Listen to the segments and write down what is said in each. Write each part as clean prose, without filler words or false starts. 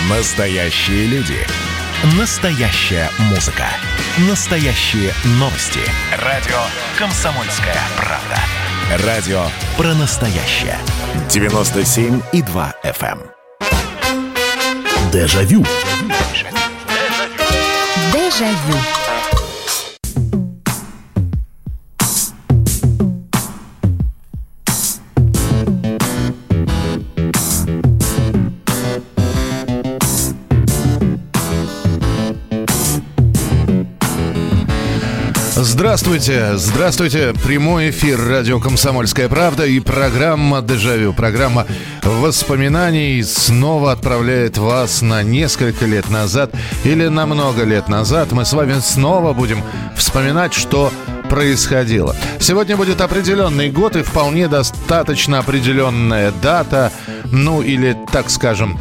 Настоящие люди. Настоящая музыка. Настоящие новости. Радио «Комсомольская правда». Радио про настоящее. 97,2 FM. Дежавю. Дежавю. Здравствуйте, прямой эфир радио «Комсомольская правда» и программа «Дежавю», программа воспоминаний снова отправляет вас на несколько лет назад или на много лет назад. Мы с вами снова будем вспоминать, что происходило. Сегодня будет определенный год и вполне достаточно определенная дата, ну или, так скажем,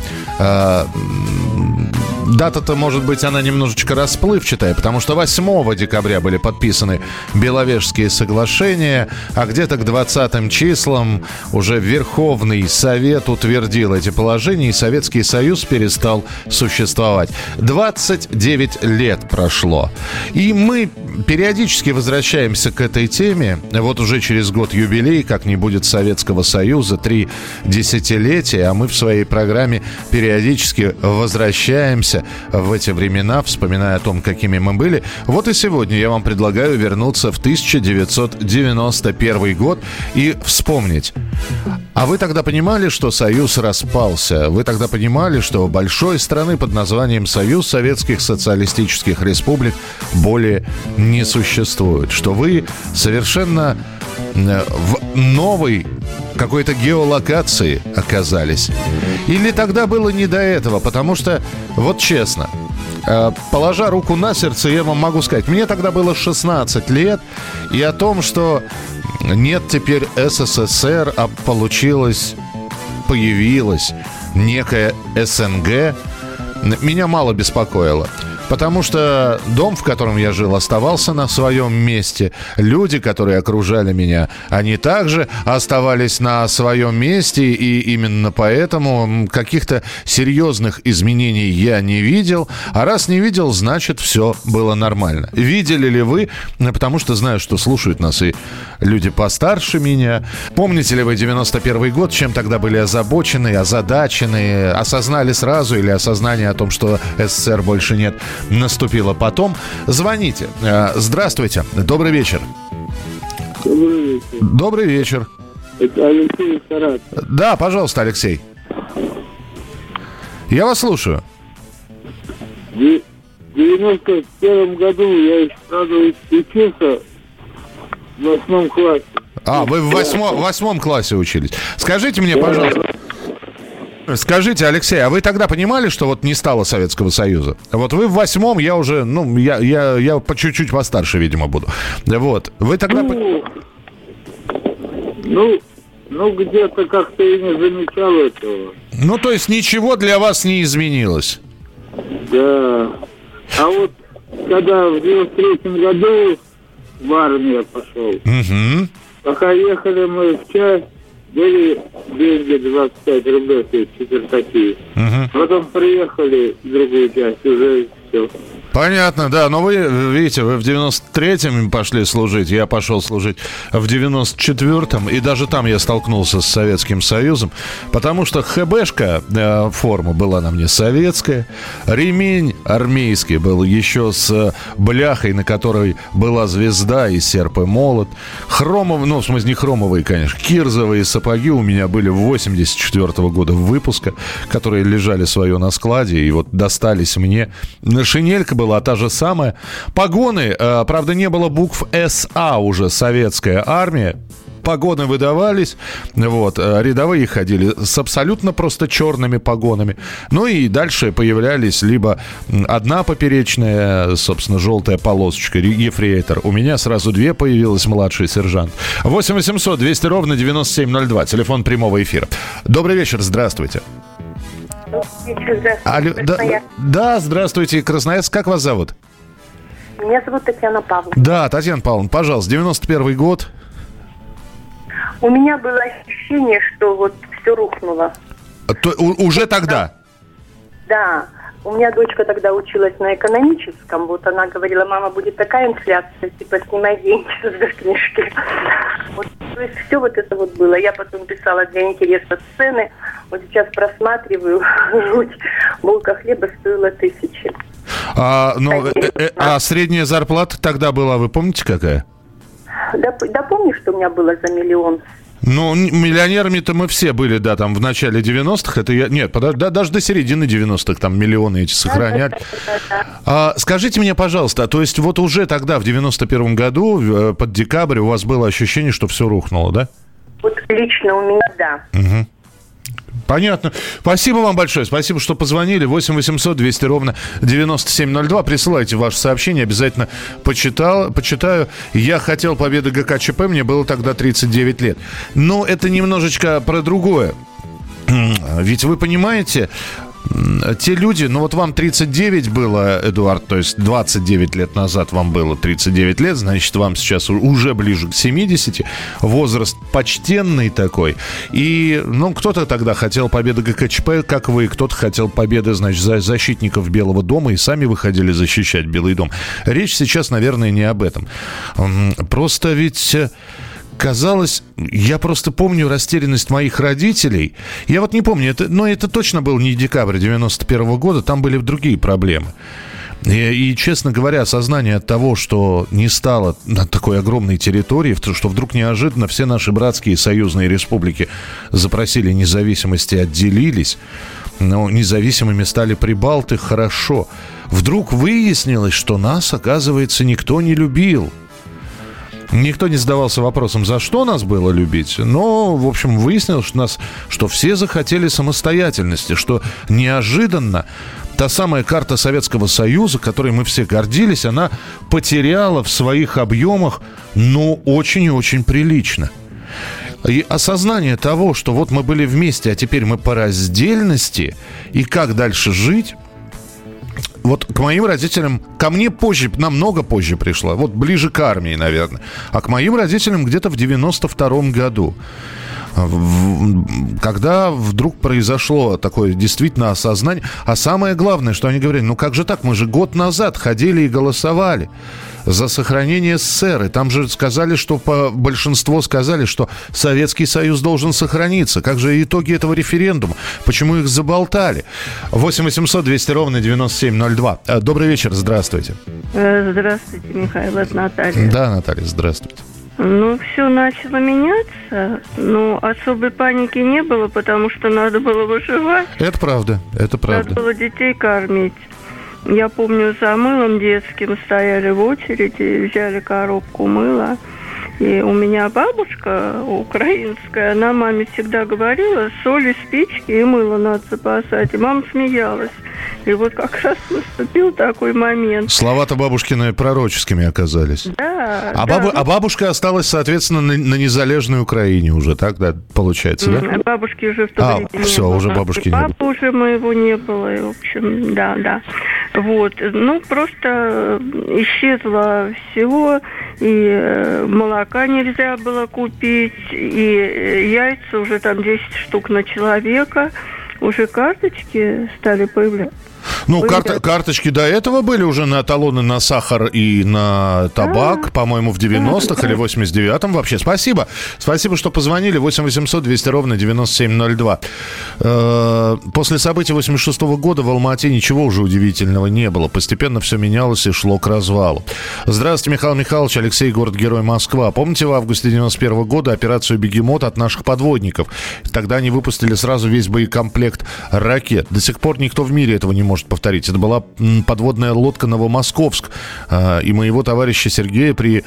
дата-то, может быть, она немножечко расплывчатая, потому что 8 декабря были подписаны Беловежские соглашения, а где-то к 20 числам уже Верховный Совет утвердил эти положения, и Советский Союз перестал существовать. 29 лет прошло. И мы периодически возвращаемся к этой теме. Вот уже через год юбилей, как не будет Советского Союза, 3 десятилетия, а мы в своей программе периодически возвращаемся в эти времена, вспоминая о том, какими мы были. Вот и сегодня я вам предлагаю вернуться в 1991 год и вспомнить. А вы тогда понимали, что Союз распался? Вы тогда понимали, что большой страны под названием Союз Советских Социалистических Республик более не существует? Что вы совершенно в новой какой-то геолокации оказались? Или тогда было не до этого? Потому что, вот честно, положа руку на сердце, я вам могу сказать, мне тогда было 16 лет, и о том, что нет теперь СССР, а появилась некая СНГ, меня мало беспокоило. Потому что дом, в котором я жил, оставался на своем месте. Люди, которые окружали меня, они также оставались на своем месте. И именно поэтому каких-то серьезных изменений я не видел. А раз не видел, значит, все было нормально. Видели ли вы? Потому что знаю, что слушают нас и люди постарше меня. Помните ли вы 91 год? Чем тогда были озабочены, озадачены? Осознали сразу или осознание о том, что СССР больше нет, наступило потом? Звоните. Здравствуйте. Добрый вечер. Добрый вечер. Добрый вечер. Это Алексей Саратов. Да, пожалуйста, Алексей. Я вас слушаю. В 91 году я еще, правда, учился в 8 классе. А, вы в восьмом классе учились. Скажите мне, пожалуйста. Скажите, Алексей, а вы тогда понимали, что вот не стало Советского Союза? Вот вы в 8, я уже, я по чуть-чуть постарше, видимо, буду. Вот. Вы тогда... Где-то как-то и не замечал этого. Ну, то есть ничего для вас не изменилось? Да. А вот когда в 93 году в армию пошел, пока ехали мы в часть, были деньги 25 рублей, то есть четвертаки. Потом приехали в другую часть, уже все. Понятно, да. Но вы, видите, вы в 93-м пошли служить, я пошел служить в 94-м, и даже там я столкнулся с Советским Союзом, потому что ХБшка, форма была на мне советская, ремень армейский был еще с бляхой, на которой была звезда и серп и молот. Хромовые, в смысле не хромовые, конечно, кирзовые сапоги у меня были 84-го года выпуска, которые лежали свое на складе и вот достались мне. Шинелька была та же самая. Погоны, правда, не было букв СА уже, советская армия. Погоны выдавались, вот, рядовые ходили с абсолютно просто черными погонами. Ну и дальше появлялись либо одна поперечная, собственно, желтая полосочка, ефрейтор. У меня сразу две появилась, младший сержант. 8 800 200 ровно 9702, телефон прямого эфира. Добрый вечер, здравствуйте. Да, здравствуйте, Красноярск. Как вас зовут? Меня зовут Татьяна Павловна. Да, Татьяна Павловна, пожалуйста, 91 год. У меня было ощущение, что вот все рухнуло. Уже тогда? Да. У меня дочка тогда училась на экономическом. Вот она говорила, мама, будет такая инфляция, типа снимай деньги с сберкнижки. Вот, то есть все вот это вот было. Я потом писала для интереса сцены. Вот сейчас просматриваю, жуть. Булка хлеба стоила 1000. А средняя зарплата тогда была, вы помните, какая? Да помню, что у меня было за 1 миллион. Ну, миллионерами-то мы все были, да, там в начале 90-х. Даже до середины 90-х там миллионы эти сохраняли. Скажите мне, пожалуйста, то есть вот уже тогда, в 91-м году, под декабрь, у вас было ощущение, что все рухнуло, да? Вот лично у меня, да. Угу. Понятно. Спасибо вам большое. Спасибо, что позвонили. 8 800 200 ровно 9702. Присылайте ваши сообщения. Обязательно почитаю. Я хотел победы ГКЧП. Мне было тогда 39 лет. Но это немножечко про другое. Ведь вы понимаете, те люди, ну вот вам 39 было, Эдуард, то есть 29 лет назад вам было 39 лет, значит, вам сейчас уже ближе к 70, возраст почтенный такой. И, ну, кто-то тогда хотел победы ГКЧП, как вы, кто-то хотел победы, значит, защитников Белого дома и сами выходили защищать Белый дом. Речь сейчас, наверное, не об этом. Просто ведь... Казалось, я просто помню растерянность моих родителей. Я вот не помню, но это точно был не декабрь 91 года, там были другие проблемы. И, честно говоря, осознание от того, что не стало на такой огромной территории, что вдруг неожиданно все наши братские союзные республики запросили независимости, отделились, но независимыми стали прибалты, хорошо. Вдруг выяснилось, что нас, оказывается, никто не любил. Никто не задавался вопросом, за что нас было любить. Но, в общем, выяснилось, что все захотели самостоятельности, что неожиданно та самая карта Советского Союза, которой мы все гордились, она потеряла в своих объемах, ну, очень и очень прилично. И осознание того, что вот мы были вместе, а теперь мы по раздельности, и как дальше жить... Вот к моим родителям, ко мне позже, намного позже пришла, вот ближе к армии, наверное. А к моим родителям где-то в 92-м году. Когда вдруг произошло такое действительно осознание. А самое главное, что они говорили, ну как же так, мы же год назад ходили и голосовали за сохранение СССР. И там же сказали, что большинство сказали, что Советский Союз должен сохраниться. Как же итоги этого референдума? Почему их заболтали? 8 800 200 ровно 9702. Добрый вечер, здравствуйте. Здравствуйте, Михаил, это Наталья. Да, Наталья, здравствуйте. Ну, все начало меняться, но особой паники не было, потому что надо было выживать. Это правда, это правда. Надо было детей кормить. Я помню, за мылом детским стояли в очереди, взяли коробку мыла. И у меня бабушка украинская, она маме всегда говорила, соли, спички и мыло надо запасать. И мама смеялась. И вот как раз наступил такой момент. Слова-то бабушкины пророческими оказались. Да. А бабушка осталась, соответственно, на незалежной Украине уже, так, да, получается, да? Бабушки уже в то время не все, было. уже бабушки не было. Папы уже моего не было, и, в общем, да. Вот, ну, просто исчезло всего, и молока нельзя было купить, и яйца уже там 10 штук на человека, уже карточки стали появляться. Ну, карточки до этого были уже на талоны на сахар и на табак, по-моему, в 90-х или 89-м вообще. Спасибо. Спасибо, что позвонили. 8 800 200 ровно 9702. После событий 86-го года в Алма-Ате ничего уже удивительного не было. Постепенно все менялось и шло к развалу. Здравствуйте, Михаил Михайлович. Алексей, город-герой Москва. Помните в августе 91-го года операцию «Бегемот» от наших подводников? Тогда они выпустили сразу весь боекомплект ракет. До сих пор никто в мире этого не может повторить. Это была подводная лодка «Новомосковск». И у моего товарища Сергея при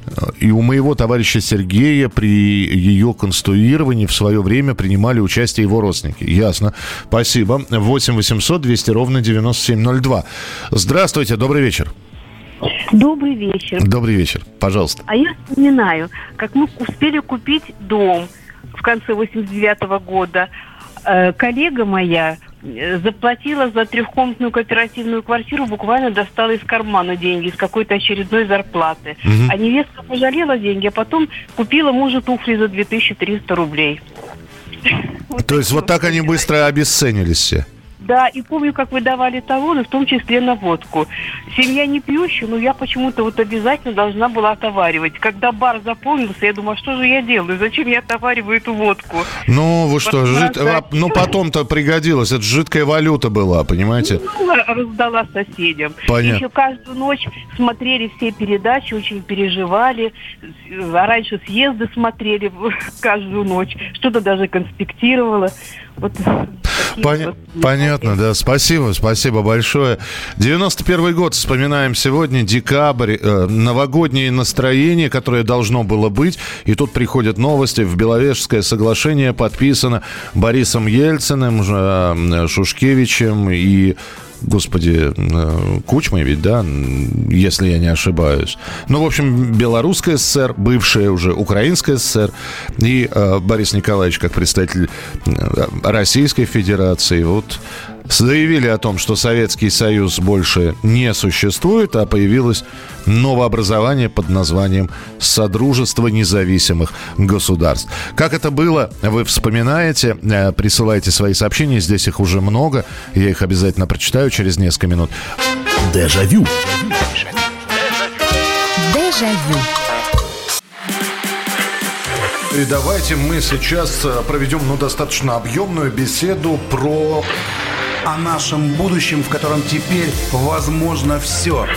ее конструировании в свое время принимали участие его родственники. Ясно. Спасибо. 8 800 200 ровно 9702. Здравствуйте. Добрый вечер. Добрый вечер. Добрый вечер. Пожалуйста. А я вспоминаю, как мы успели купить дом в конце 89-го года. Коллега моя заплатила за трехкомнатную кооперативную квартиру, буквально достала из кармана деньги, из какой-то очередной зарплаты. А невестка пожалела деньги, а потом купила мужу туфли за 2300 рублей. То есть вот так они быстро обесценились все? Да, и помню, как выдавали талоны, в том числе на водку. Семья не пьющая, но я почему-то вот обязательно должна была отоваривать. Когда бар заполнился, я думаю, что же я делаю? Зачем я отовариваю эту водку? Ну, вы что, ну потом-то пригодилось. Это жидкая валюта была, понимаете? Ну, раздала соседям. Понятно. Еще каждую ночь смотрели все передачи, очень переживали. А раньше съезды смотрели каждую ночь. Что-то даже конспектировала. Вот. Понятно, да. Спасибо большое. 91 год вспоминаем сегодня, декабрь, новогоднее настроение, которое должно было быть. И тут приходят новости. В Беловежское соглашение подписано Борисом Ельциным, Шушкевичем и... Господи, Кучмой ведь, да, если я не ошибаюсь. Ну, в общем, Белорусская ССР, бывшая уже Украинская ССР, и Борис Николаевич, как представитель Российской Федерации, вот заявили о том, что Советский Союз больше не существует, а появилось новообразование под названием «Содружество независимых государств». Как это было, вы вспоминаете, присылайте свои сообщения, здесь их уже много, я их обязательно прочитаю через несколько минут. Дежавю. Дежавю. И давайте мы сейчас проведем, достаточно объемную беседу про... о нашем будущем, в котором теперь возможно все.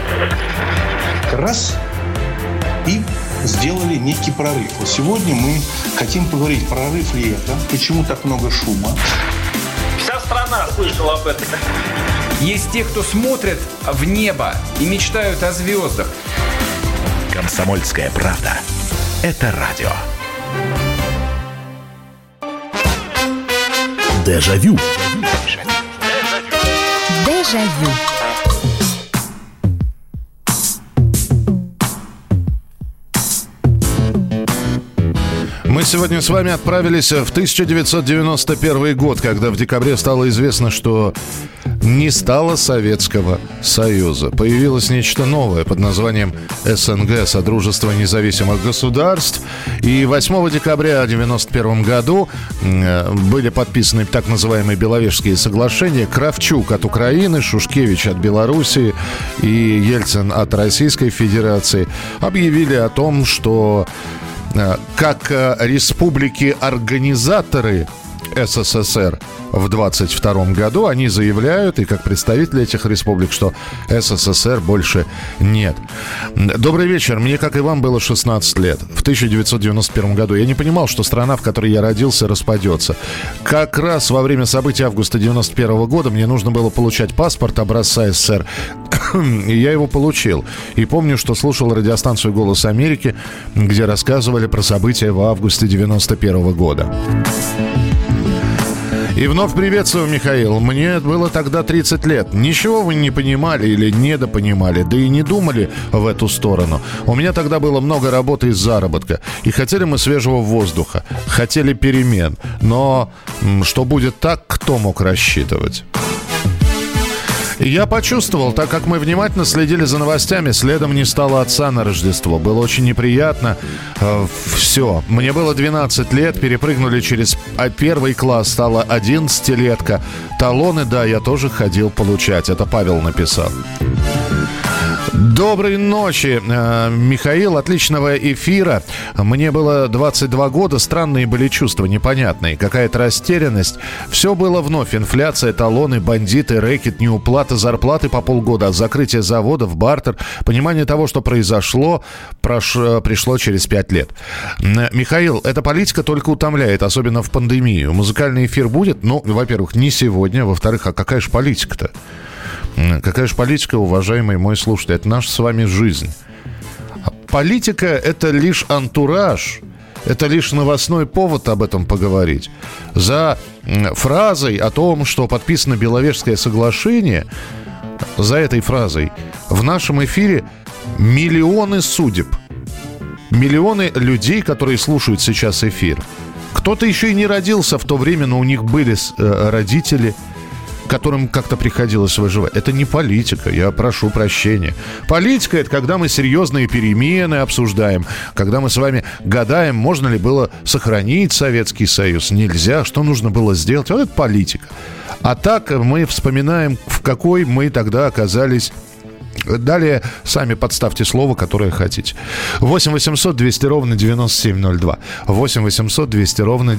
Раз и сделали некий прорыв. Вот сегодня мы хотим поговорить, прорыв ли это, почему так много шума. Вся страна слышала об этом. Есть те, кто смотрят в небо и мечтают о звездах. «Комсомольская правда» — это радио. Дежавю. Дежавю. Мы сегодня с вами отправились в 1991 год, когда в декабре стало известно, что не стало Советского Союза. Появилось нечто новое под названием СНГ, Содружество независимых государств. И 8 декабря в 1991 году были подписаны так называемые Беловежские соглашения. Кравчук от Украины, Шушкевич от Белоруссии и Ельцин от Российской Федерации объявили о том, что как республики-организаторы СССР в 22 году, они заявляют, и как представители этих республик, что СССР больше нет. Добрый вечер. Мне, как и вам, было 16 лет. В 1991 году я не понимал, что страна, в которой я родился, распадется. Как раз во время событий августа 91 года мне нужно было получать паспорт образца СССР. И я его получил. И помню, что слушал радиостанцию «Голос Америки», где рассказывали про события в августе 91 года. И вновь приветствую, Михаил. Мне было тогда 30 лет. Ничего вы не понимали или недопонимали, да и не думали в эту сторону. У меня тогда было много работы и заработка. И хотели мы свежего воздуха, хотели перемен. Но что будет так, кто мог рассчитывать? Я почувствовал, так как мы внимательно следили за новостями, следом не стало отца на Рождество. Было очень неприятно. Все. Мне было 12 лет, перепрыгнули через первый класс, стала 11-летка. Талоны, да, я тоже ходил получать. Это Павел написал. Доброй ночи, Михаил, отличного эфира. Мне было 22 года, странные были чувства, непонятные, какая-то растерянность. Все было вновь, инфляция, талоны, бандиты, рэкет, неуплата зарплаты по полгода, закрытие заводов, бартер. Понимание того, что произошло, пришло через 5 лет. Михаил, эта политика только утомляет, особенно в пандемию. Музыкальный эфир будет? Ну, во-первых, не сегодня, во-вторых, а какая же политика-то? Какая же политика, уважаемый мой слушатель? Это наша с вами жизнь. Политика – это лишь антураж, это лишь новостной повод об этом поговорить. За фразой о том, что подписано Беловежское соглашение, за этой фразой в нашем эфире миллионы судеб. Миллионы людей, которые слушают сейчас эфир. Кто-то еще и не родился в то время, но у них были родители, которым как-то приходилось выживать. Это не политика, я прошу прощения. Политика – это когда мы серьезные перемены обсуждаем, когда мы с вами гадаем, можно ли было сохранить Советский Союз, нельзя, что нужно было сделать. Вот это политика. А так мы вспоминаем, в какой мы тогда оказались. Далее сами подставьте слово, которое хотите. 8 800 200 ровно 9702. 8 800 200 ровно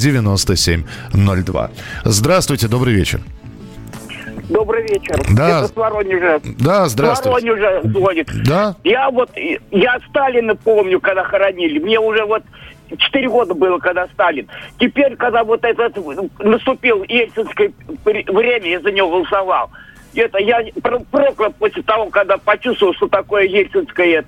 9702. Здравствуйте, добрый вечер. Добрый вечер. Да. Это с Воронежа. Да, здравствуйте. С Воронежа звонит. Да? Я Сталина помню, когда хоронили. Мне уже 4 года было, когда Сталин. Теперь, когда наступил ельцинское время, я за него голосовал. Я проклял после того, когда почувствовал, что такое ельцинское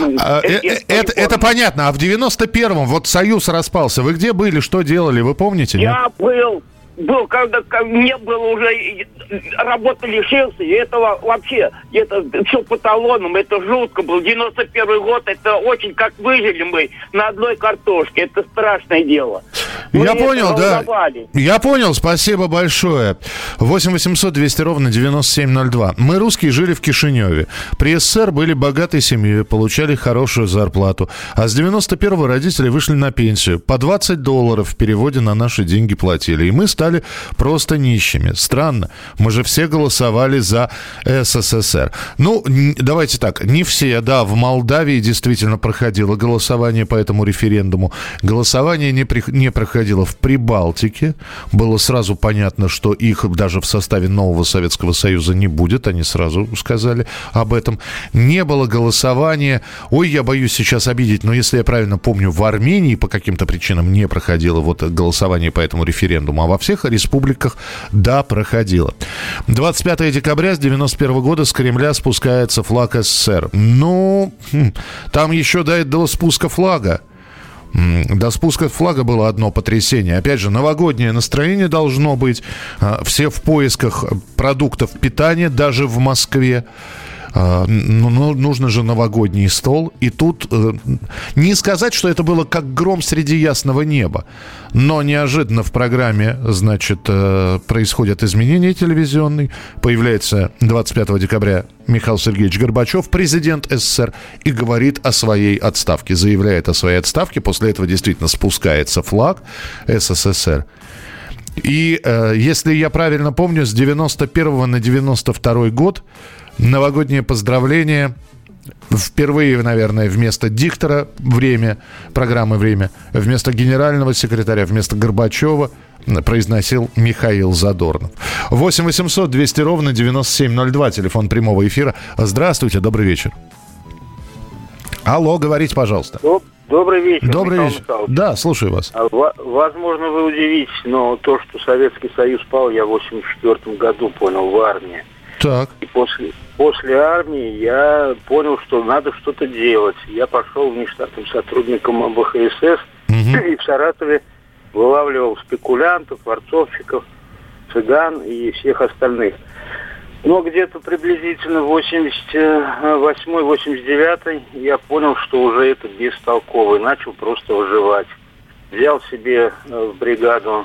это понятно. А в 91-м Союз распался. Вы где были, что делали, вы помните? Я был, когда не было уже, работы лишился, и этого вообще, это все по талонам, это жутко было. 91 год, это очень, как выжили мы на одной картошке, это страшное дело. Я понял, да. Я понял, спасибо большое. 8 800 200 ровно 9702. Мы, русские, жили в Кишиневе. При СССР были богатой семьей, получали хорошую зарплату. А с 91-го родители вышли на пенсию. По $20 в переводе на наши деньги платили. И мы стали просто нищими. Странно. Мы же все голосовали за СССР. Давайте так. Не все, да. В Молдавии действительно проходило голосование по этому референдуму. Голосование не проходило в Прибалтике. Было сразу понятно, что их даже в составе нового Советского Союза не будет. Они сразу сказали об этом. Не было голосования. Я боюсь сейчас обидеть, но если я правильно помню, в Армении по каким-то причинам не проходило голосование по этому референдуму. А во всех республиках, да, проходило. 25 декабря с 91 года с Кремля спускается флаг СССР. Там еще до спуска флага. До спуска флага было одно потрясение. Опять же, новогоднее настроение должно быть. Все в поисках продуктов питания, даже в Москве. Нужно же новогодний стол. И тут не сказать, что это было как гром среди ясного неба. Но неожиданно в программе, происходят изменения телевизионные. Появляется 25 декабря Михаил Сергеевич Горбачев, президент СССР, и говорит о своей отставке. Заявляет о своей отставке. После этого действительно спускается флаг СССР. И, если я правильно помню, с 91 на 92 год новогоднее поздравление впервые, наверное, вместо диктора программы «Время», вместо генерального секретаря, вместо Горбачева произносил Михаил Задорнов. 8 800 200 ровно 9702, телефон прямого эфира. Здравствуйте, добрый вечер. Алло, говорите, пожалуйста. Добрый вечер. Добрый вечер. Да, слушаю вас. Возможно, вы удивитесь, но то, что Советский Союз пал, я в 1984 году понял в армии. Так. И после армии я понял, что надо что-то делать. Я пошел внештатным сотрудником АБХСС и в Саратове вылавливал спекулянтов, ворцовщиков, цыган и всех остальных. Но где-то приблизительно в 88-89 я понял, что уже это бестолково, и начал просто выживать. Взял себе в бригаду,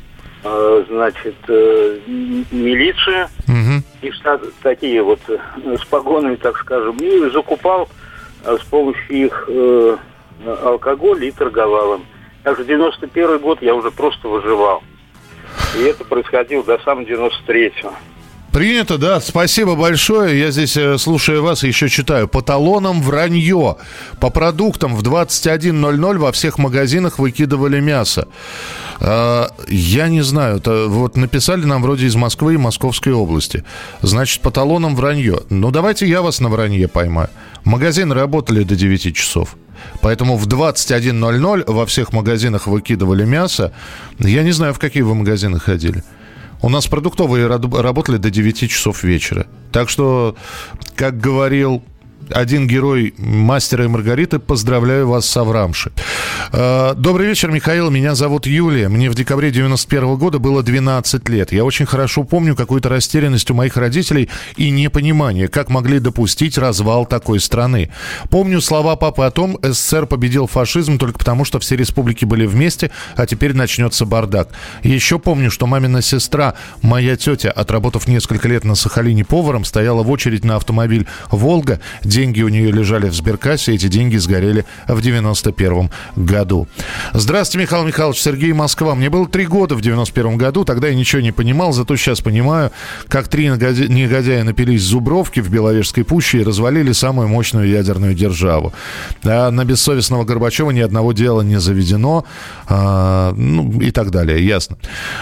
милицию, и такие с погонами, так скажем, и закупал с помощью их алкоголь и торговал им. Так что 91 год я уже просто выживал. И это происходило до самого 93-го. Принято, да. Спасибо большое. Я здесь, слушая вас, еще читаю. По талонам вранье. По продуктам в 21:00 во всех магазинах выкидывали мясо. Я не знаю. Это написали нам вроде из Москвы и Московской области. Значит, по талонам вранье. Давайте я вас на вранье поймаю. Магазины работали до 9 часов. Поэтому в 21:00 во всех магазинах выкидывали мясо. Я не знаю, в какие вы магазины ходили. У нас продуктовые работали до 9 часов вечера. Так что, как говорил один герой «Мастера и Маргариты», поздравляю вас с Аврамши. Добрый вечер, Михаил. Меня зовут Юлия. Мне в декабре 91 года было 12 лет. Я очень хорошо помню какую-то растерянность у моих родителей и непонимание, как могли допустить развал такой страны. Помню слова папы о том, СССР победил фашизм только потому, что все республики были вместе, а теперь начнется бардак. Еще помню, что мамина сестра, моя тетя, отработав несколько лет на Сахалине поваром, стояла в очередь на автомобиль «Волга», деньги у нее лежали в сберкассе, эти деньги сгорели в 91 году. Здравствуйте, Михаил Михайлович, Сергей, Москва. Мне было 3 года в 91 году, тогда я ничего не понимал, зато сейчас понимаю, как 3 негодяя напились зубровки в Беловежской пуще и развалили самую мощную ядерную державу. А на бессовестного Горбачева ни одного дела не заведено, и так далее, ясно.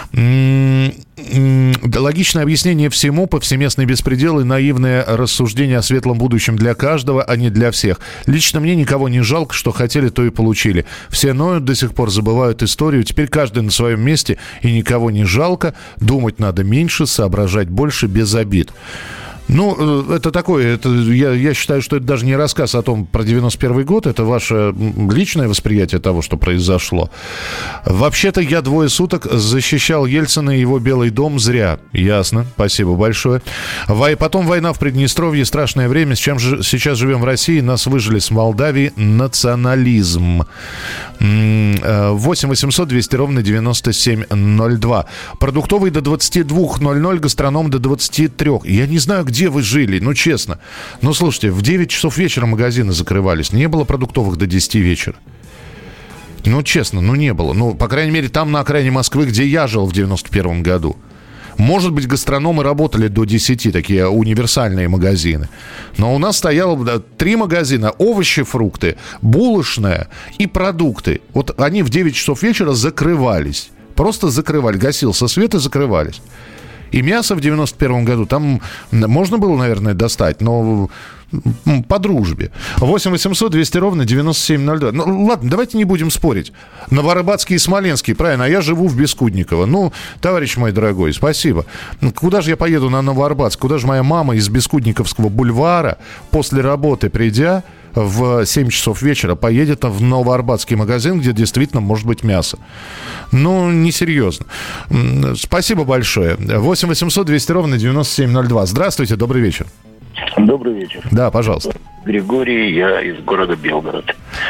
Логичное объяснение всему, повсеместный беспредел и наивное рассуждение о светлом будущем для каждого, а не для всех. Лично мне никого не жалко, что хотели, то и получили. Все ноют, до сих пор забывают историю. Теперь каждый на своем месте, и никого не жалко. Думать надо меньше, соображать больше, без обид. Ну, это такое, я считаю, что это даже не рассказ о том про 91 год, это ваше личное восприятие того, что произошло. Вообще-то я 2 суток защищал Ельцина и его Белый дом зря. Ясно, спасибо большое. Потом война в Приднестровье, страшное время, с чем же сейчас живем в России, нас выжили с Молдавии, национализм. 8 800 200 ровно 9702. Продуктовый до 22:00, гастроном до 23. Я не знаю, где вы жили, ну честно. Ну слушайте, в 9 часов вечера магазины закрывались. Не было продуктовых до 10 вечера. Ну честно, не было. Ну, по крайней мере, там на окраине Москвы, где я жил в 91 году. Может быть, гастрономы работали до 10, такие универсальные магазины. Но у нас стояло 3 магазина: овощи, фрукты, булочная и продукты. Вот они в 9 часов вечера закрывались. Просто закрывали. Гасился свет и закрывались. И мясо в 91 году там можно было, наверное, достать, но по дружбе. 8 800 200 ровно 9702. Ну, ладно, давайте не будем спорить. Новоарбатский и Смоленский, правильно, а я живу в Бескудниково. Ну, товарищ мой дорогой, спасибо. Куда же я поеду на Новоарбатск? Куда же моя мама из Бескудниковского бульвара после работы, придя в 7 часов вечера, поедет в Новоарбатский магазин, где действительно может быть мясо? Ну, несерьезно. Спасибо большое. 8 800 200 ровно 9702. Здравствуйте, добрый вечер. Добрый вечер. Да, пожалуйста. Григорий, я из города Белгород.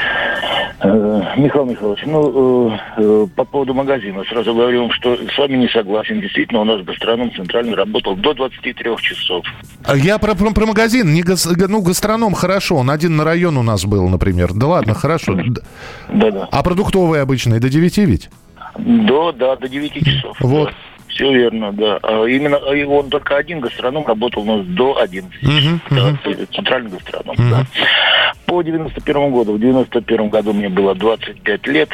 Михаил Михайлович, по поводу магазина сразу говорю вам, что с вами не согласен. Действительно, у нас гастроном центральный работал до 23 часов. Я про магазин, гастроном хорошо, он один на район у нас был, например. Да ладно, хорошо. Да. А продуктовый обычный до 9 ведь? До 9 часов. Вот. Да. Все верно, да. Именно он только один гастроном работал у нас до 11. Центральный гастроном, да. По 91 году. В 91 году мне было 25 лет.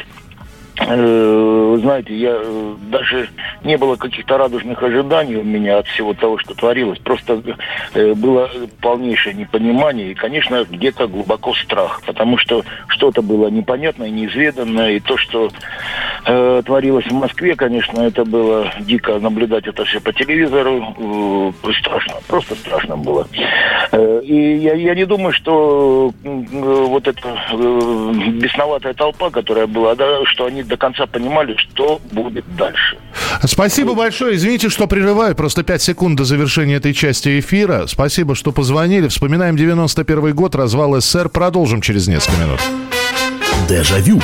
Вы знаете, даже не было каких-то радужных ожиданий у меня от всего того, что творилось. Просто было полнейшее непонимание и, конечно, где-то глубоко страх. Потому что что-то было непонятное, неизведанное. И то, что творилось в Москве, конечно, это было дико наблюдать это все по телевизору. Страшно, просто страшно было. И я не думаю, что вот эта бесноватая толпа, которая была, да, что они до конца понимали, что будет дальше. Спасибо большое. Извините, что прерываю. Просто 5 секунд до завершения этой части эфира. Спасибо, что позвонили. Вспоминаем 91 год, развал СССР. Продолжим через несколько минут. Дежавю.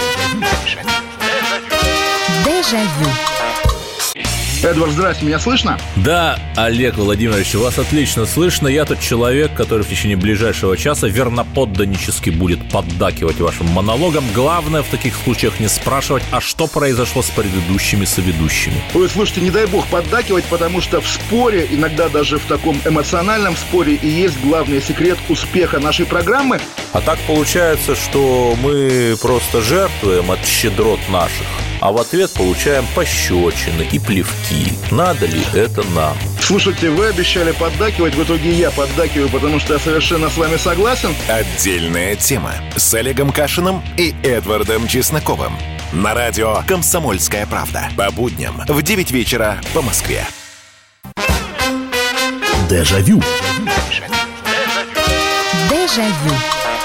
Дежавю. Эдвард, здрасте, меня слышно? Да, Олег Владимирович, вас отлично слышно. Я тот человек, который в течение ближайшего часа верноподданнически будет поддакивать вашим монологам. Главное в таких случаях не спрашивать, а что произошло с предыдущими соведущими. Ой, слушайте, не дай бог поддакивать, потому что в споре, иногда даже в таком эмоциональном споре, и есть главный секрет успеха нашей программы. А так получается, что мы просто жертвуем от щедрот наших, а в ответ получаем пощечины и плевки. Надо ли это нам? Слушайте, вы обещали поддакивать, в итоге я поддакиваю, потому что я совершенно с вами согласен. Отдельная тема с Олегом Кашиным и Эдвардом Чесноковым. На радио «Комсомольская правда». По будням в 9 вечера по Москве. Дежавю. Дежавю.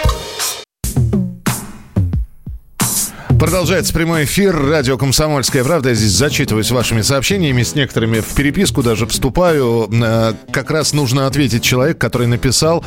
Продолжается прямой эфир. Радио «Комсомольская правда». Я здесь зачитываюсь вашими сообщениями. С некоторыми в переписку даже вступаю. Как раз нужно ответить человек, который написал...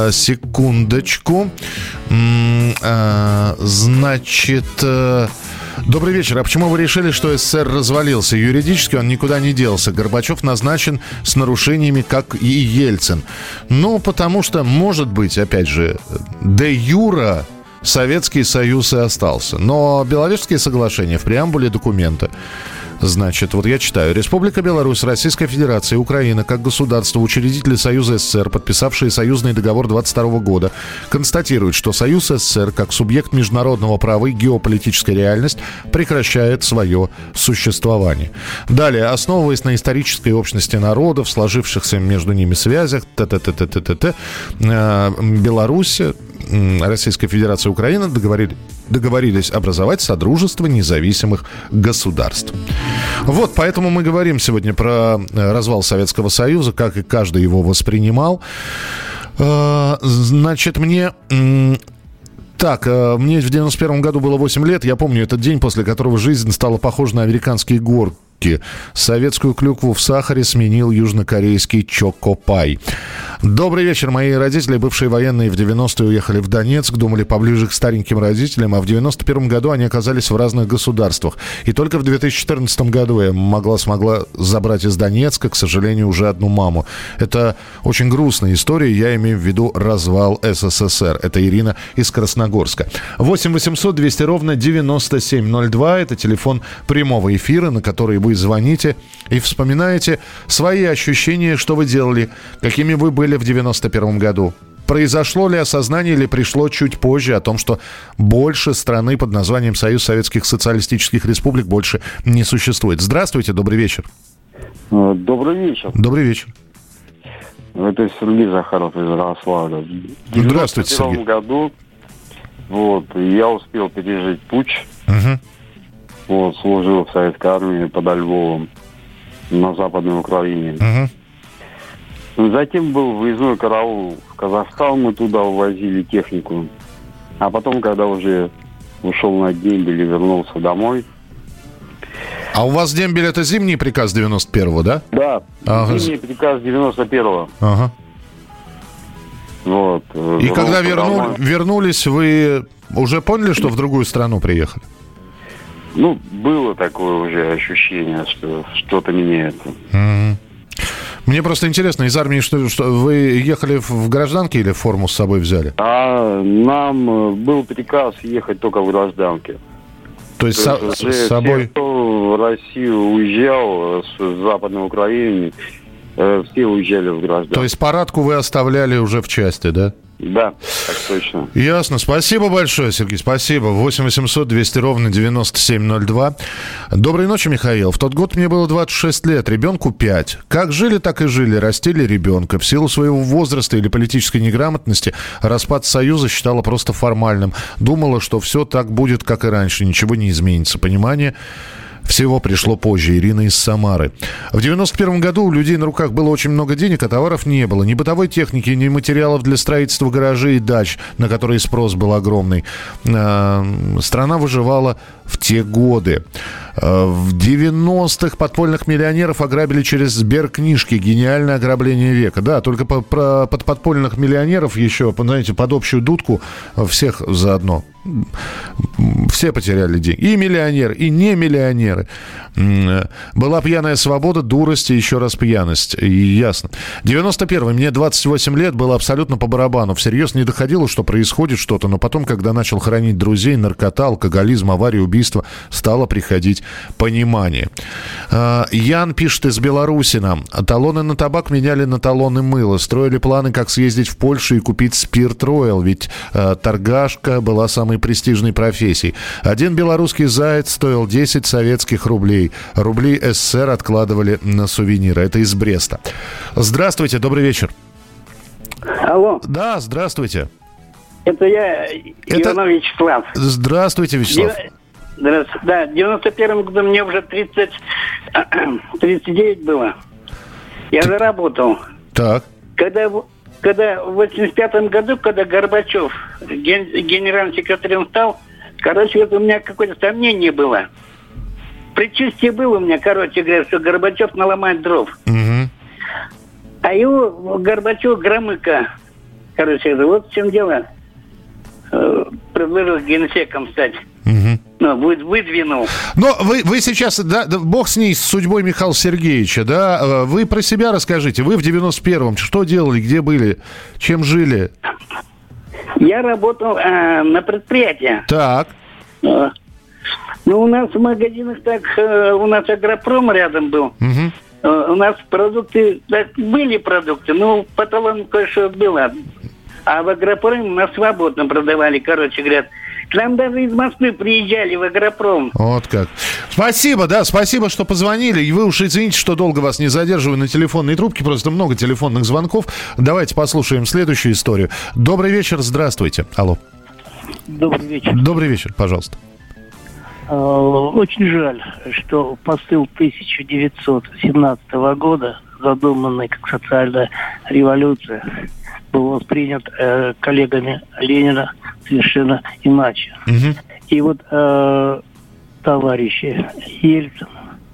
Секундочку. Значит... Добрый вечер. А почему вы решили, что СССР развалился? Юридически он никуда не делся. Горбачев назначен с нарушениями, как и Ельцин. Ну, потому что, может быть, опять же, де юра Советский Союз и остался. Но Беловежские соглашения в преамбуле документа. Значит, вот я читаю. Республика Беларусь, Российская Федерация, Украина, как государство, учредители Союза СССР, подписавшие союзный договор 22 года, констатируют, что Союз СССР, как субъект международного права и геополитическая реальность, прекращает свое существование. Далее, основываясь на исторической общности народов, сложившихся между ними связях, Беларусь, Российская Федерация, Украина договорились образовать Содружество независимых государств. Вот, поэтому мы говорим сегодня про развал Советского Союза, как и каждый его воспринимал. Значит, мне в 91 году было 8 лет. Я помню этот день, после которого жизнь стала похожа на американские горки. Советскую клюкву в сахаре сменил южнокорейский чокопай. Добрый вечер. Мои родители, бывшие военные, в 90-е уехали в Донецк, думали поближе к стареньким родителям, а в 91 году они оказались в разных государствах. И только в 2014 году я смогла забрать из Донецка, к сожалению, уже одну маму. Это очень грустная история, я имею в виду развал СССР. Это Ирина из Красногорска. 8 800 200 ровно 9702. Это телефон прямого эфира, на который вы звоните и вспоминаете свои ощущения, что вы делали, какими вы были в 91 году. Произошло ли осознание или пришло чуть позже о том, что больше страны под названием Союз Советских Социалистических Республик больше не существует? Здравствуйте, добрый вечер. Добрый вечер. Добрый вечер. Это Сергей Захаров из Ярославля. В 91 году я успел пережить путч. Служил в Советской армии под Львовом на Западной Украине. Затем был выездной караул в Казахстан, мы туда увозили технику. А потом, когда уже ушел на дембель и вернулся домой. А у вас дембель — это зимний приказ 91-го, да? Да, зимний приказ 91-го. Ага. И когда вернулись, вы уже поняли, что в другую страну приехали? Было такое уже ощущение, что что-то меняется. Мне просто интересно, из армии что вы ехали в гражданке или форму с собой взяли? Нам был приказ ехать только в гражданке. То есть с собой... Те, кто в Россию уезжал с Западной Украины, все уезжали в гражданку. То есть парадку вы оставляли уже в части, да? Да, так точно. Ясно. Спасибо большое, Сергей. Спасибо. 8 800 200 ровно 9702. Доброй ночи, Михаил. В тот год мне было 26 лет, ребенку 5. Как жили, так и жили. Растили ребенка. В силу своего возраста или политической неграмотности распад Союза считала просто формальным. Думала, что все так будет, как и раньше. Ничего не изменится. Понимание всего пришло позже. Ирина из Самары. В 91 году у людей на руках было очень много денег, а товаров не было. Ни бытовой техники, ни материалов для строительства гаражей и дач, на которые спрос был огромный. Страна выживала в те годы. В 90-х подпольных миллионеров ограбили через Сберкнижки. Гениальное ограбление века. Да, только под подпольных миллионеров еще, знаете, под общую дудку всех заодно. Все потеряли деньги. И миллионеры, и не миллионеры. Была пьяная свобода, дурость и еще раз пьяность. И ясно. 91-й, мне 28 лет, было абсолютно по барабану. Всерьез не доходило, что происходит что-то. Но потом, когда начал хоронить друзей, наркота, алкоголизм, аварии, убийства, стало приходить понимание. Ян пишет из Беларуси нам. Талоны на табак меняли на талоны мыла. Строили планы, как съездить в Польшу и купить спирт Роял. Ведь торгашка была самой престижной профессией. Один белорусский заяц стоил 10 советских рублей. Рубли СССР откладывали на сувениры. Это из Бреста. Здравствуйте, добрый вечер. Алло. Да, здравствуйте. Это я, Иванов Вячеслав. Здравствуйте, Вячеслав. Здравствуйте. Да, в 91 году мне уже 39 было. Я заработал. Так. Когда в 85 году, когда Горбачев генеральным секретарем стал, это у меня какое-то сомнение было. Предчувствие было у меня, говоря, что Горбачев наломает дров. Угу. А его Горбачев Громыко, вот в чем дело, предложил генсеком стать. Угу. выдвинул. Но вы сейчас, да, бог с ней, с судьбой Михаила Сергеевича, да, вы про себя расскажите. Вы в 91-м что делали, где были, чем жили? Я работал на предприятии. Так. Ну, у нас в магазинах так, у нас агропром рядом был. У нас продукты, так, были продукты, но по талону кое-что было. А в агропроме у нас свободно продавали, короче говоря. К нам даже из Москвы приезжали в агропром. Вот как. Спасибо, да, спасибо, что позвонили. И вы уж извините, что долго вас не задерживаю на телефонной трубке. Просто много телефонных звонков. Давайте послушаем следующую историю. Добрый вечер, здравствуйте. Алло. Добрый вечер. Добрый вечер, пожалуйста. Очень жаль, что посыл 1917 года, задуманный как социальная революция, был воспринят коллегами Ленина совершенно иначе. И вот товарищи Ельцин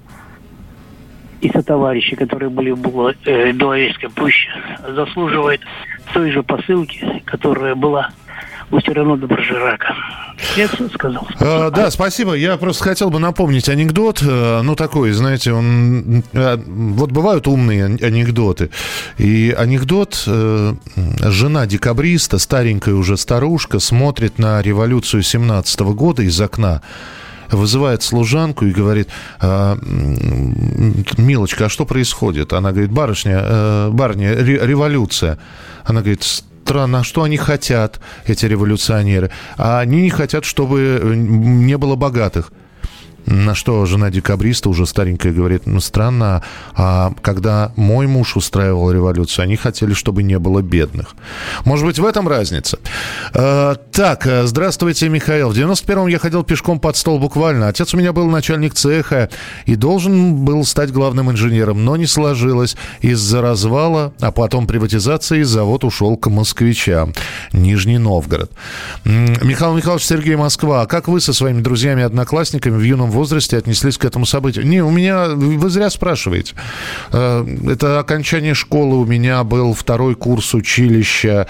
и сотоварищи, которые были в Беловежской пуще, заслуживают той же посылки, которая была у Сирано де Бержерака. Я все сказал. Да, спасибо. Я просто хотел бы напомнить анекдот. Ну, такой, знаете, он... Вот бывают умные анекдоты. И анекдот: жена декабриста, старенькая уже старушка, смотрит на революцию 17-го года из окна, вызывает служанку и говорит: милочка, а что происходит? Она говорит: барыня, революция. Она говорит: странно, а что они хотят, эти революционеры? А они не хотят, чтобы не было богатых. На что жена декабриста, уже старенькая, говорит: ну, странно, а когда мой муж устраивал революцию, они хотели, чтобы не было бедных. Может быть, в этом разница? Так, здравствуйте, Михаил. В 91-м я ходил пешком под стол буквально. Отец у меня был начальник цеха и должен был стать главным инженером, но не сложилось. Из-за развала, а потом приватизации, завод ушел к москвичам. Нижний Новгород. Михаил Михайлович, Сергей, Москва. А как вы со своими друзьями-одноклассниками в юном возрасте отнеслись к этому событию? Не, у меня... Вы зря спрашиваете. Это окончание школы. У меня был 2-й курс училища.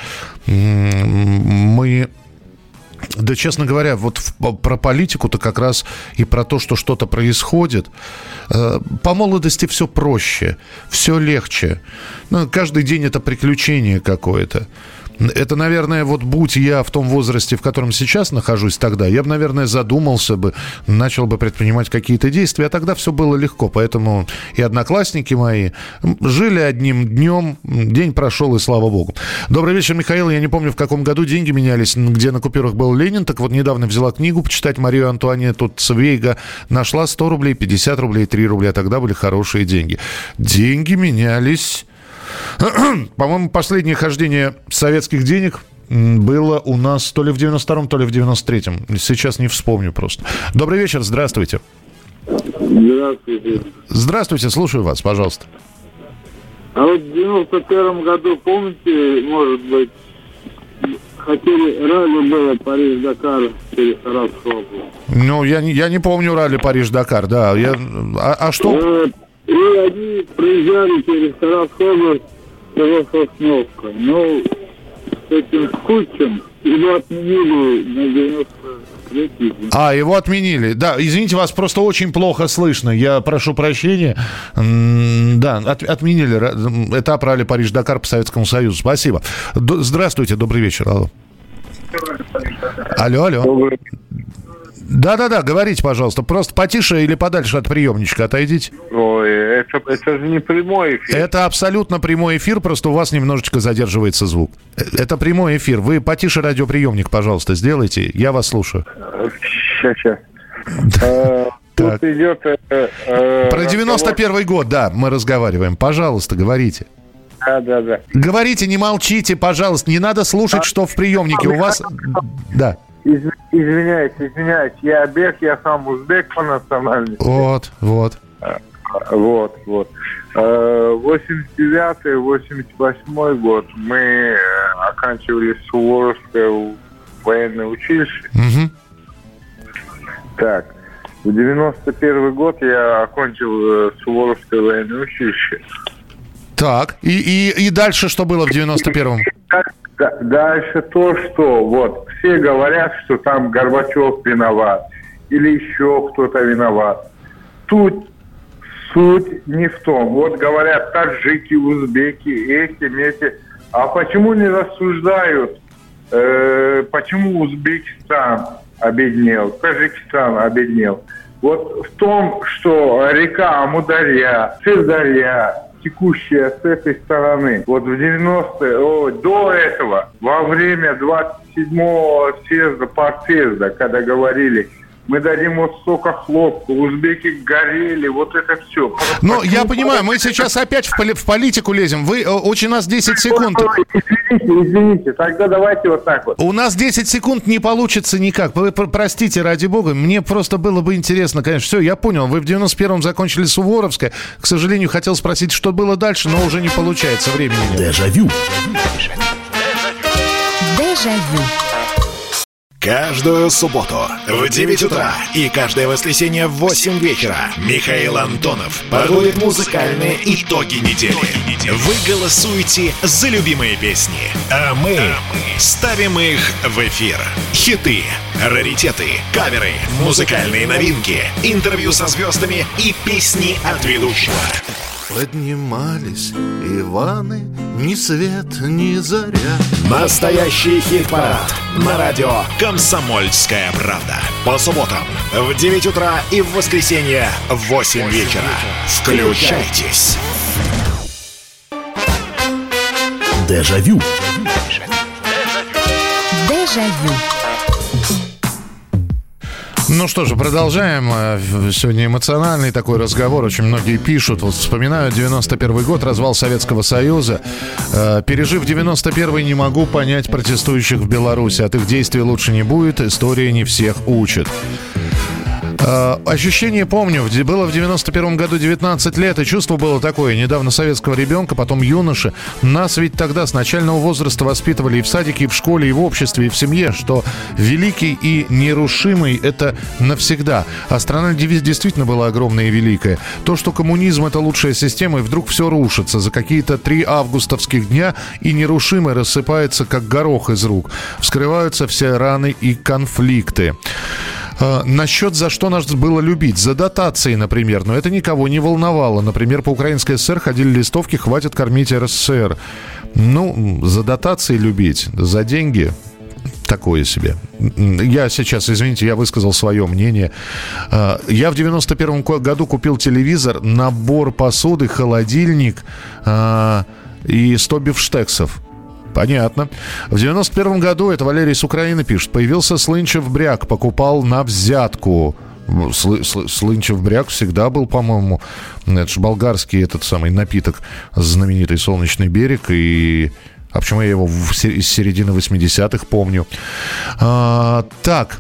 Мы... Да, честно говоря, вот про политику-то как раз и про то, что что-то происходит. По молодости все проще, все легче. Ну, каждый день это приключение какое-то. Это, наверное, вот будь я в том возрасте, в котором сейчас нахожусь тогда, я бы, наверное, задумался бы, начал бы предпринимать какие-то действия, а тогда все было легко. Поэтому и одноклассники мои жили одним днем, день прошел, и слава богу. Добрый вечер, Михаил. Я не помню, в каком году деньги менялись, где на купюрах был Ленин. Так вот, недавно взяла книгу почитать Марию Антуанетту Цвейга. Нашла 100 рублей, 50 рублей, 3 рубля. Тогда были хорошие деньги. Деньги менялись... По-моему, последнее хождение советских денег было у нас то ли в 92-м, то ли в 93-м. Сейчас не вспомню просто. Добрый вечер, здравствуйте. Здравствуйте. Здравствуйте, слушаю вас, пожалуйста. А вот в 91-м году, помните, может быть, хотели, ралли было Париж-Дакар через Саратовскую область? Ну, я не помню ралли Париж-Дакар, да. А что... И они проезжали через Саратовскую область, село Сосновка. Но с этим Кучем его отменили на 93-й. Его отменили. Да, извините, вас просто очень плохо слышно. Я прошу прощения. Да, отменили этап ралли Париж-Дакар по Советскому Союзу. Спасибо. Здравствуйте, добрый вечер. Алло. Да, говорите, пожалуйста. Просто потише или подальше от приемничка отойдите. Ой, это же не прямой эфир. Это абсолютно прямой эфир, просто у вас немножечко задерживается звук. Это прямой эфир. Вы потише радиоприемник, пожалуйста, сделайте. Я вас слушаю. Сейчас. Тут идет... Про 91-й год, да, мы разговариваем. Пожалуйста, говорите. Да. Говорите, не молчите, пожалуйста. Не надо слушать, что в приемнике. У вас... Да. Извиняюсь, я бег, я сам узбек по национальности. Вот. 89-88 год мы оканчивали Суворовское военное училище. Так, в 91 год я окончил Суворовское военное училище. Так, и дальше что было в 91-м? Дальше то, что вот все говорят, что там Горбачев виноват. или еще кто-то виноват. Тут суть не в том. Вот говорят таджики, узбеки, эти. А почему не рассуждают, почему Узбекистан обеднел, Таджикистан обеднел? Вот в том, что река Амударья, Сырдарья, текущая с этой стороны, вот в 90-е, до этого, во время 27-го съезда, партсъезда, когда говорили, мы дадим вот столько хлопка, узбеки горели, вот это все. Ну, я понимаю, мы сейчас опять в политику лезем. Вы, очень у нас 10 секунд. Извините, тогда давайте вот так вот. У нас 10 секунд не получится никак. Вы простите, ради бога, мне просто было бы интересно, конечно. Все, я понял, вы в 91-м закончили Суворовское. К сожалению, хотел спросить, что было дальше, но уже не получается, времени нет. Дежавю. Дежавю. Каждую субботу в 9 утра и каждое воскресенье в 8 вечера Михаил Антонов подводит музыкальные итоги недели. Вы голосуете за любимые песни, а мы ставим их в эфир. Хиты, раритеты, каверы, музыкальные новинки, интервью со звездами и песни от ведущего. Поднимались Иваны, ни свет, ни заря. Настоящий хит-парад на радио «Комсомольская правда». По субботам в 9 утра и в воскресенье в 8 вечера. Включайтесь. Дежавю. Дежавю. Ну что же, продолжаем. Сегодня эмоциональный такой разговор. Очень многие пишут. Вот вспоминаю 91 год, развал Советского Союза. Пережив 91-й, не могу понять протестующих в Беларуси. От их действий лучше не будет. История не всех учит. Ощущение помню. Было в 91 году 19 лет, и чувство было такое. Недавно советского ребенка, потом юноши. Нас ведь тогда с начального возраста воспитывали и в садике, и в школе, и в обществе, и в семье, что великий и нерушимый — это навсегда. А страна действительно была огромная и великая. То, что коммунизм — это лучшая система, и вдруг все рушится за какие-то 3 августовских дня, и нерушимое рассыпается, как горох из рук. Вскрываются все раны и конфликты. Насчет за что нас было любить. За дотации, например. Но это никого не волновало. Например, по Украинской ССР ходили листовки «Хватит кормить РСФСР». Ну, за дотации любить. За деньги такое себе. Я сейчас, извините, я высказал свое мнение. Я в 91 году купил телевизор, набор посуды, холодильник и 100 бифштексов. Понятно. В 91 году, это Валерий с Украины пишет, появился Слынчев бряк, покупал на взятку. Слынчев бряк всегда был, по-моему, это же болгарский этот самый напиток, знаменитый «Солнечный берег», а почему я его с середины 80-х помню. Так.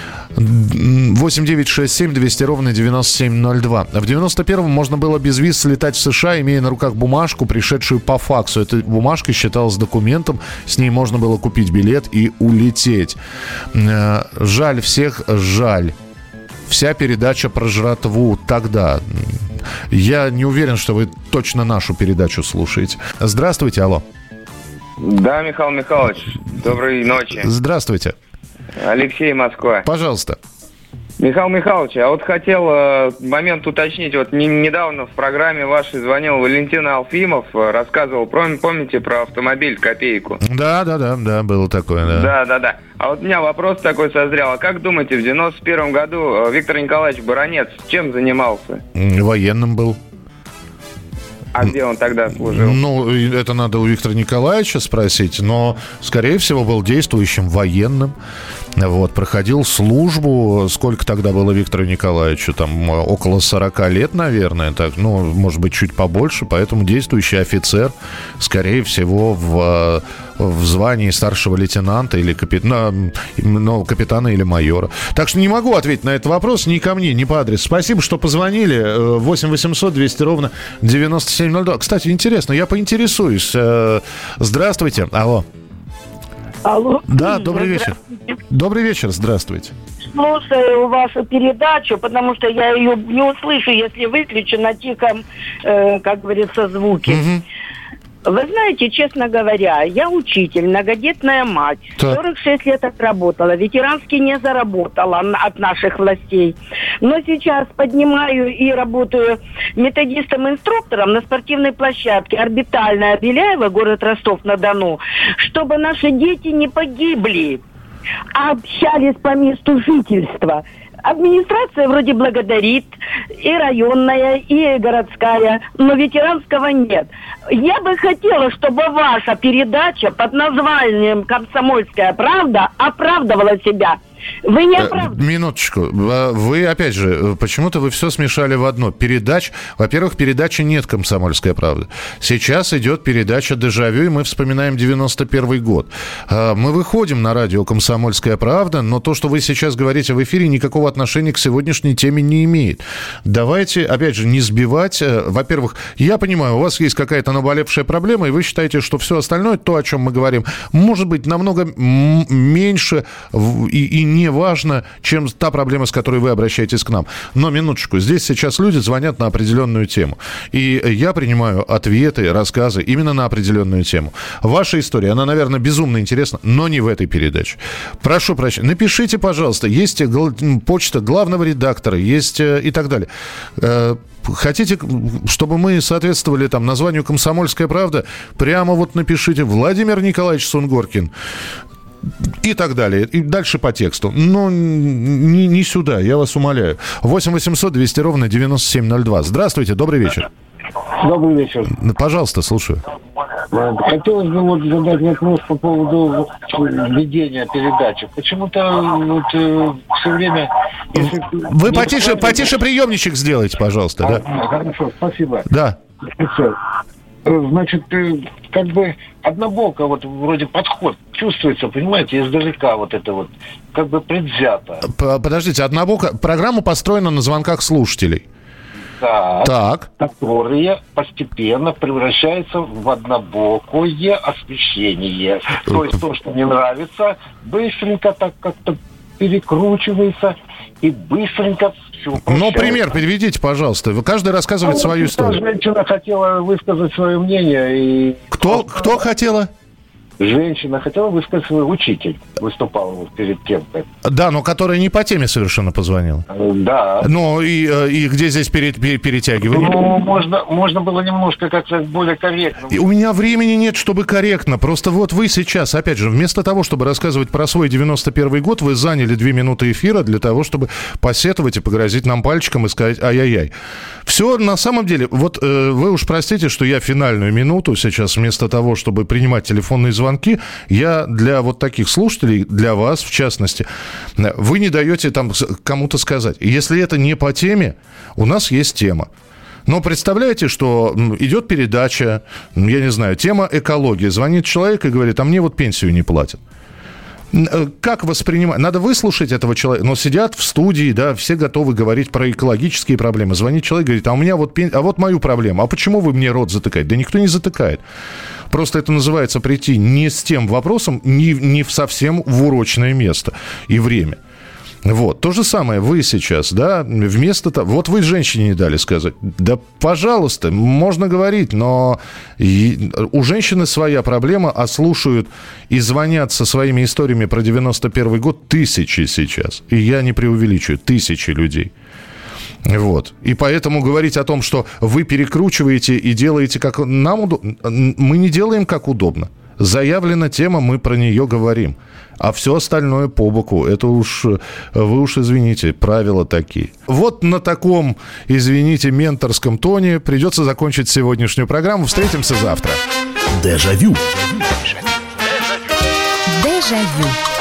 8967 200 ровно 9702. В 91-м можно было без виз слетать в США, имея на руках бумажку, пришедшую по факсу. Эта бумажка считалась документом, с ней можно было купить билет и улететь. Жаль всех, жаль. Вся передача про жратву тогда. Я не уверен, что вы точно нашу передачу слушаете. Здравствуйте, алло. Да, Михаил Михайлович, доброй ночи. Здравствуйте. Алексей, Москва. Пожалуйста. Михаил Михайлович, а вот хотел момент уточнить. Вот недавно в программе вашей звонил Валентин Алфимов, рассказывал, помните, про автомобиль «Копейку»? Да, было такое, да. Да. А вот у меня вопрос такой созрел. А как думаете, в 91 году Виктор Николаевич Баранец чем занимался? Военным был. А где он тогда служил? Ну, это надо у Виктора Николаевича спросить, но, скорее всего, был действующим военным. Вот, проходил службу. Сколько тогда было Виктору Николаевичу? Там около 40 лет, наверное. Так, ну, может быть, чуть побольше. Поэтому действующий офицер, скорее всего, в звании старшего лейтенанта или капитана или майора. Так что не могу ответить на этот вопрос ни ко мне, ни по адресу. Спасибо, что позвонили. 8 800 200 ровно 9702. Кстати, интересно, я поинтересуюсь. Здравствуйте. Алло. Алло. Да, добрый вечер. Добрый вечер, здравствуйте. Слушаю вашу передачу, потому что я ее не услышу, если выключу на тихом, как говорится, звуке. Вы знаете, честно говоря, я учитель, многодетная мать. 46 лет отработала, ветерански не заработала от наших властей. Но сейчас поднимаю и работаю методистом-инструктором на спортивной площадке «Орбитальная» Беляева, город Ростов-на-Дону, чтобы наши дети не погибли, а общались по месту жительства. Администрация вроде благодарит, и районная, и городская, но ветеранского нет. Я бы хотела, чтобы ваша передача под названием «Комсомольская правда» оправдывала себя. Вы не оправдываете. Минуточку. Вы, опять же, почему-то вы все смешали в одно. Во-первых, передачи нет «Комсомольская правда». Сейчас идет передача «Дежавю», и мы вспоминаем 91 год. Мы выходим на радио «Комсомольская правда», но то, что вы сейчас говорите в эфире, никакого отношения к сегодняшней теме не имеет. Давайте, опять же, не сбивать. Во-первых, я понимаю, у вас есть какая-то наболевшая проблема, и вы считаете, что все остальное, то, о чем мы говорим, может быть намного меньше и не важно, чем та проблема, с которой вы обращаетесь к нам. Но, минуточку, здесь сейчас люди звонят на определенную тему. И я принимаю ответы, рассказы именно на определенную тему. Ваша история, она, наверное, безумно интересна, но не в этой передаче. Прошу прощения. Напишите, пожалуйста. Есть почта главного редактора, есть и так далее. Хотите, чтобы мы соответствовали там названию «Комсомольская правда», прямо вот напишите: Владимир Николаевич Сунгоркин. И так далее. И дальше по тексту. Но не сюда, я вас умоляю. 8 800 200 ровно 9702. Здравствуйте, добрый вечер. Добрый вечер. Пожалуйста, слушаю. Хотелось бы вот задать вопрос по поводу ведения передачи. Почему-то вот все время... Вы потише приемничек сделайте, пожалуйста. Да. Хорошо, спасибо. Да. Значит, как бы однобоко вот вроде подход чувствуется, понимаете, издалека вот это вот как бы предвзято. Подождите, однобоко... Программа построена на звонках слушателей. Так. Которые постепенно превращаются в однобокое освещение. То есть то, что не нравится, быстренько так как-то перекручивается и быстренько все упрощается. Ну, пример приведите, пожалуйста. Каждый рассказывает свою историю. Женщина хотела высказать свое мнение и... Кто хотела? Женщина хотела высказать свой учитель. Выступал перед кем-то. Да, но которая не по теме совершенно позвонила. Да. Ну, и где здесь перетягивание? Ну, можно было немножко как-то более корректно. И у меня времени нет, чтобы корректно. Просто вот вы сейчас, опять же, вместо того, чтобы рассказывать про свой 91 год, вы заняли 2 минуты эфира для того, чтобы посетовать и погрозить нам пальчиком и сказать ай-яй-яй. Все на самом деле, вот вы уж простите, что я финальную минуту сейчас вместо того, чтобы принимать телефонные звонки, я для вот таких слушателей, для вас в частности, вы не даете там кому-то сказать. Если это не по теме, у нас есть тема. Но представляете, что идет передача, я не знаю, тема экология. Звонит человек и говорит: а мне вот пенсию не платят. Как воспринимать? Надо выслушать этого человека. Но сидят в студии, да, все готовы говорить про экологические проблемы. Звонит человек, говорит: а у меня вот мою проблему. А почему вы мне рот затыкаете? Да никто не затыкает. Просто это называется прийти не с тем вопросом, не совсем в урочное место и время. Вот. То же самое вы сейчас, да, вместо того... Вот вы женщине не дали сказать. Да, пожалуйста, можно говорить, но у женщины своя проблема, а слушают и звонят со своими историями про 91 год тысячи сейчас. И я не преувеличиваю, тысячи людей. Вот. И поэтому говорить о том, что вы перекручиваете и делаете как нам удобно... Мы не делаем как удобно. Заявлена тема, мы про нее говорим. А все остальное по боку. Это уж, вы уж извините, правила такие. Вот на таком, извините, менторском тоне придется закончить сегодняшнюю программу. Встретимся завтра. Дежавю. Дежавю.